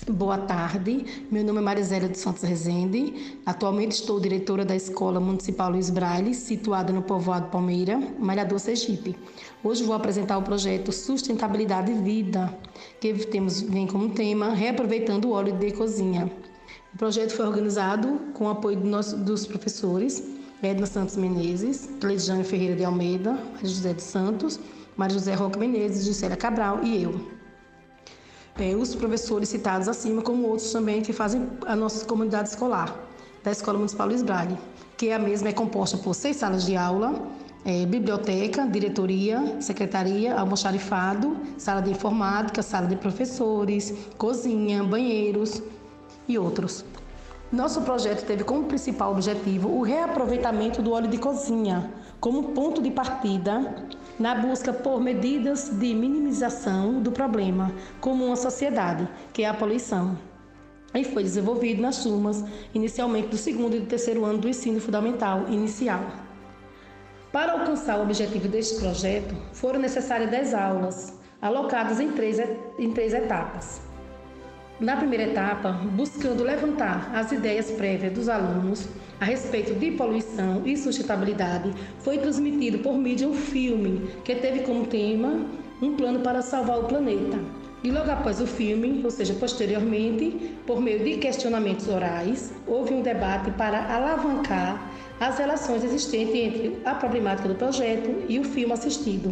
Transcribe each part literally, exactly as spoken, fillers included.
Boa tarde, meu nome é Marizélia dos Santos Rezende, atualmente estou diretora da Escola Municipal Luiz Braille, situada no povoado Palmeira, Malhador, Sergipe. Hoje vou apresentar o projeto Sustentabilidade e Vida, que temos, vem como tema Reaproveitando o óleo de cozinha. O projeto foi organizado com o apoio do nosso, dos professores Edna Santos Menezes, Cleidjane Ferreira de Almeida, Maria José de Santos, Maria José Roque Menezes, Juscelia Cabral e eu. É, os professores citados acima, como outros também que fazem a nossa comunidade escolar, da Escola Municipal Luiz Braille, que a mesma é composta por seis salas de aula, é, biblioteca, diretoria, secretaria, almoxarifado, sala de informática, sala de professores, cozinha, banheiros e outros. Nosso projeto teve como principal objetivo o reaproveitamento do óleo de cozinha, como ponto de partida na busca por medidas de minimização do problema comum à sociedade, que é a poluição. E foi desenvolvido nas turmas, inicialmente do segundo e do terceiro ano do ensino fundamental inicial. Para alcançar o objetivo deste projeto, foram necessárias dez aulas, alocadas em três, em três etapas. Na primeira etapa, buscando levantar as ideias prévias dos alunos a respeito de poluição e sustentabilidade, foi transmitido por mídia um filme que teve como tema um plano para salvar o planeta. E logo após o filme, ou seja, posteriormente, por meio de questionamentos orais, houve um debate para alavancar as relações existentes entre a problemática do projeto e o filme assistido.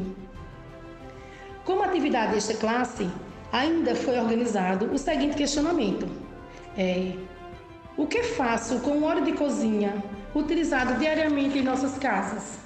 Como atividade desta classe, ainda foi organizado o seguinte questionamento: é, o que faço com o óleo de cozinha utilizado diariamente em nossas casas?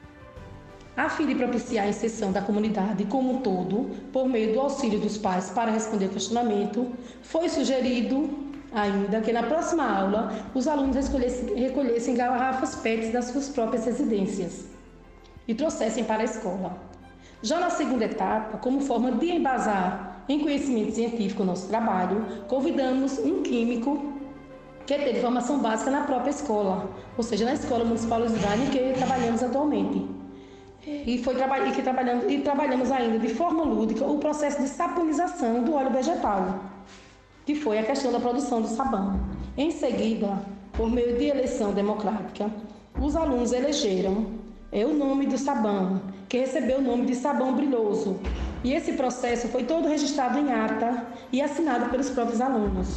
A fim de propiciar a inserção da comunidade como um todo, por meio do auxílio dos pais para responder ao questionamento, foi sugerido ainda que na próxima aula os alunos recolhessem, recolhessem garrafas P E Ts das suas próprias residências e trouxessem para a escola. Já na segunda etapa, como forma de embasar em conhecimento científico o nosso trabalho, convidamos um químico que teve formação básica na própria escola, ou seja, na Escola Municipal Luiz Braille, em que trabalhamos atualmente. E, foi, e, que trabalhamos, e trabalhamos ainda de forma lúdica o processo de saponização do óleo vegetal, que foi a questão da produção do sabão. Em seguida, por meio de eleição democrática, os alunos elegeram é, o nome do sabão, que recebeu o nome de sabão brilhoso. E esse processo foi todo registrado em ata e assinado pelos próprios alunos.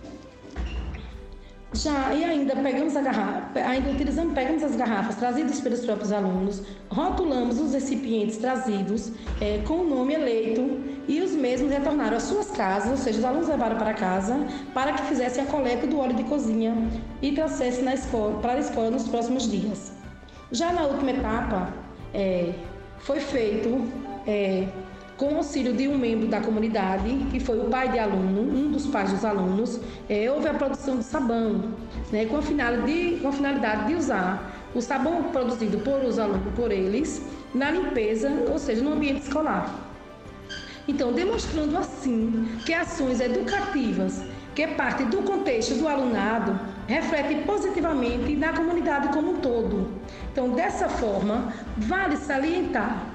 Já, e ainda pegamos a garrafa, ainda utilizamos, pegamos as garrafas trazidas pelos próprios alunos, rotulamos os recipientes trazidos é, com o nome eleito e os mesmos retornaram às suas casas, ou seja, os alunos levaram para casa para que fizessem a coleta do óleo de cozinha e trouxessem na escola, para a escola nos próximos dias. Já na última etapa, é, foi feito é, com o auxílio de um membro da comunidade, que foi o pai de aluno, um dos pais dos alunos, é, houve a produção de sabão, né, com, a finalidade, com a finalidade de usar o sabão produzido por os alunos, por eles, na limpeza, ou seja, no ambiente escolar. Então, demonstrando assim que ações educativas, que parte do contexto do alunado, refletem positivamente na comunidade como um todo. Então, dessa forma, vale salientar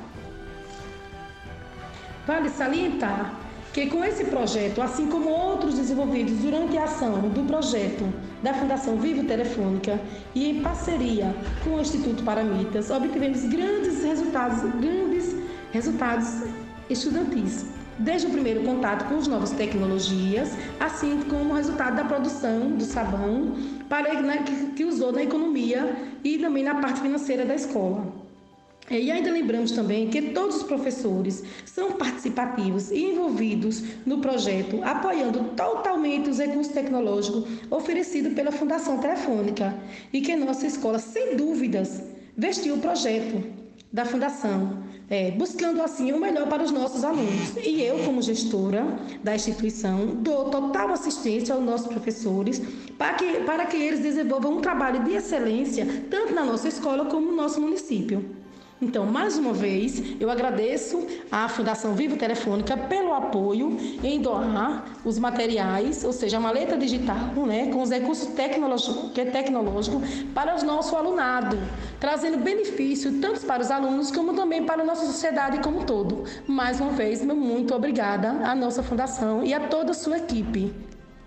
Vale salientar que com esse projeto, assim como outros desenvolvidos durante a ação do projeto da Fundação Vivo Telefônica e em parceria com o Instituto Paramitas, obtivemos grandes resultados, grandes resultados estudantis, desde o primeiro contato com as novas tecnologias, assim como o resultado da produção do sabão para, né, que, que usou na economia e também na parte financeira da escola. E ainda lembramos também que todos os professores são participativos e envolvidos no projeto, apoiando totalmente os recursos tecnológicos oferecidos pela Fundação Telefônica, e que nossa escola, sem dúvidas, vestiu o projeto da Fundação, é, buscando assim o melhor para os nossos alunos. E eu, como gestora da instituição, dou total assistência aos nossos professores para que, para que eles desenvolvam um trabalho de excelência, tanto na nossa escola como no nosso município. Então, mais uma vez, eu agradeço à Fundação Vivo Telefônica pelo apoio em doar os materiais, ou seja, a maleta digital, né, com os recursos tecnológicos, que é tecnológico, para o nosso alunado, trazendo benefício tanto para os alunos como também para a nossa sociedade como um todo. Mais uma vez, meu muito obrigada à nossa Fundação e a toda a sua equipe.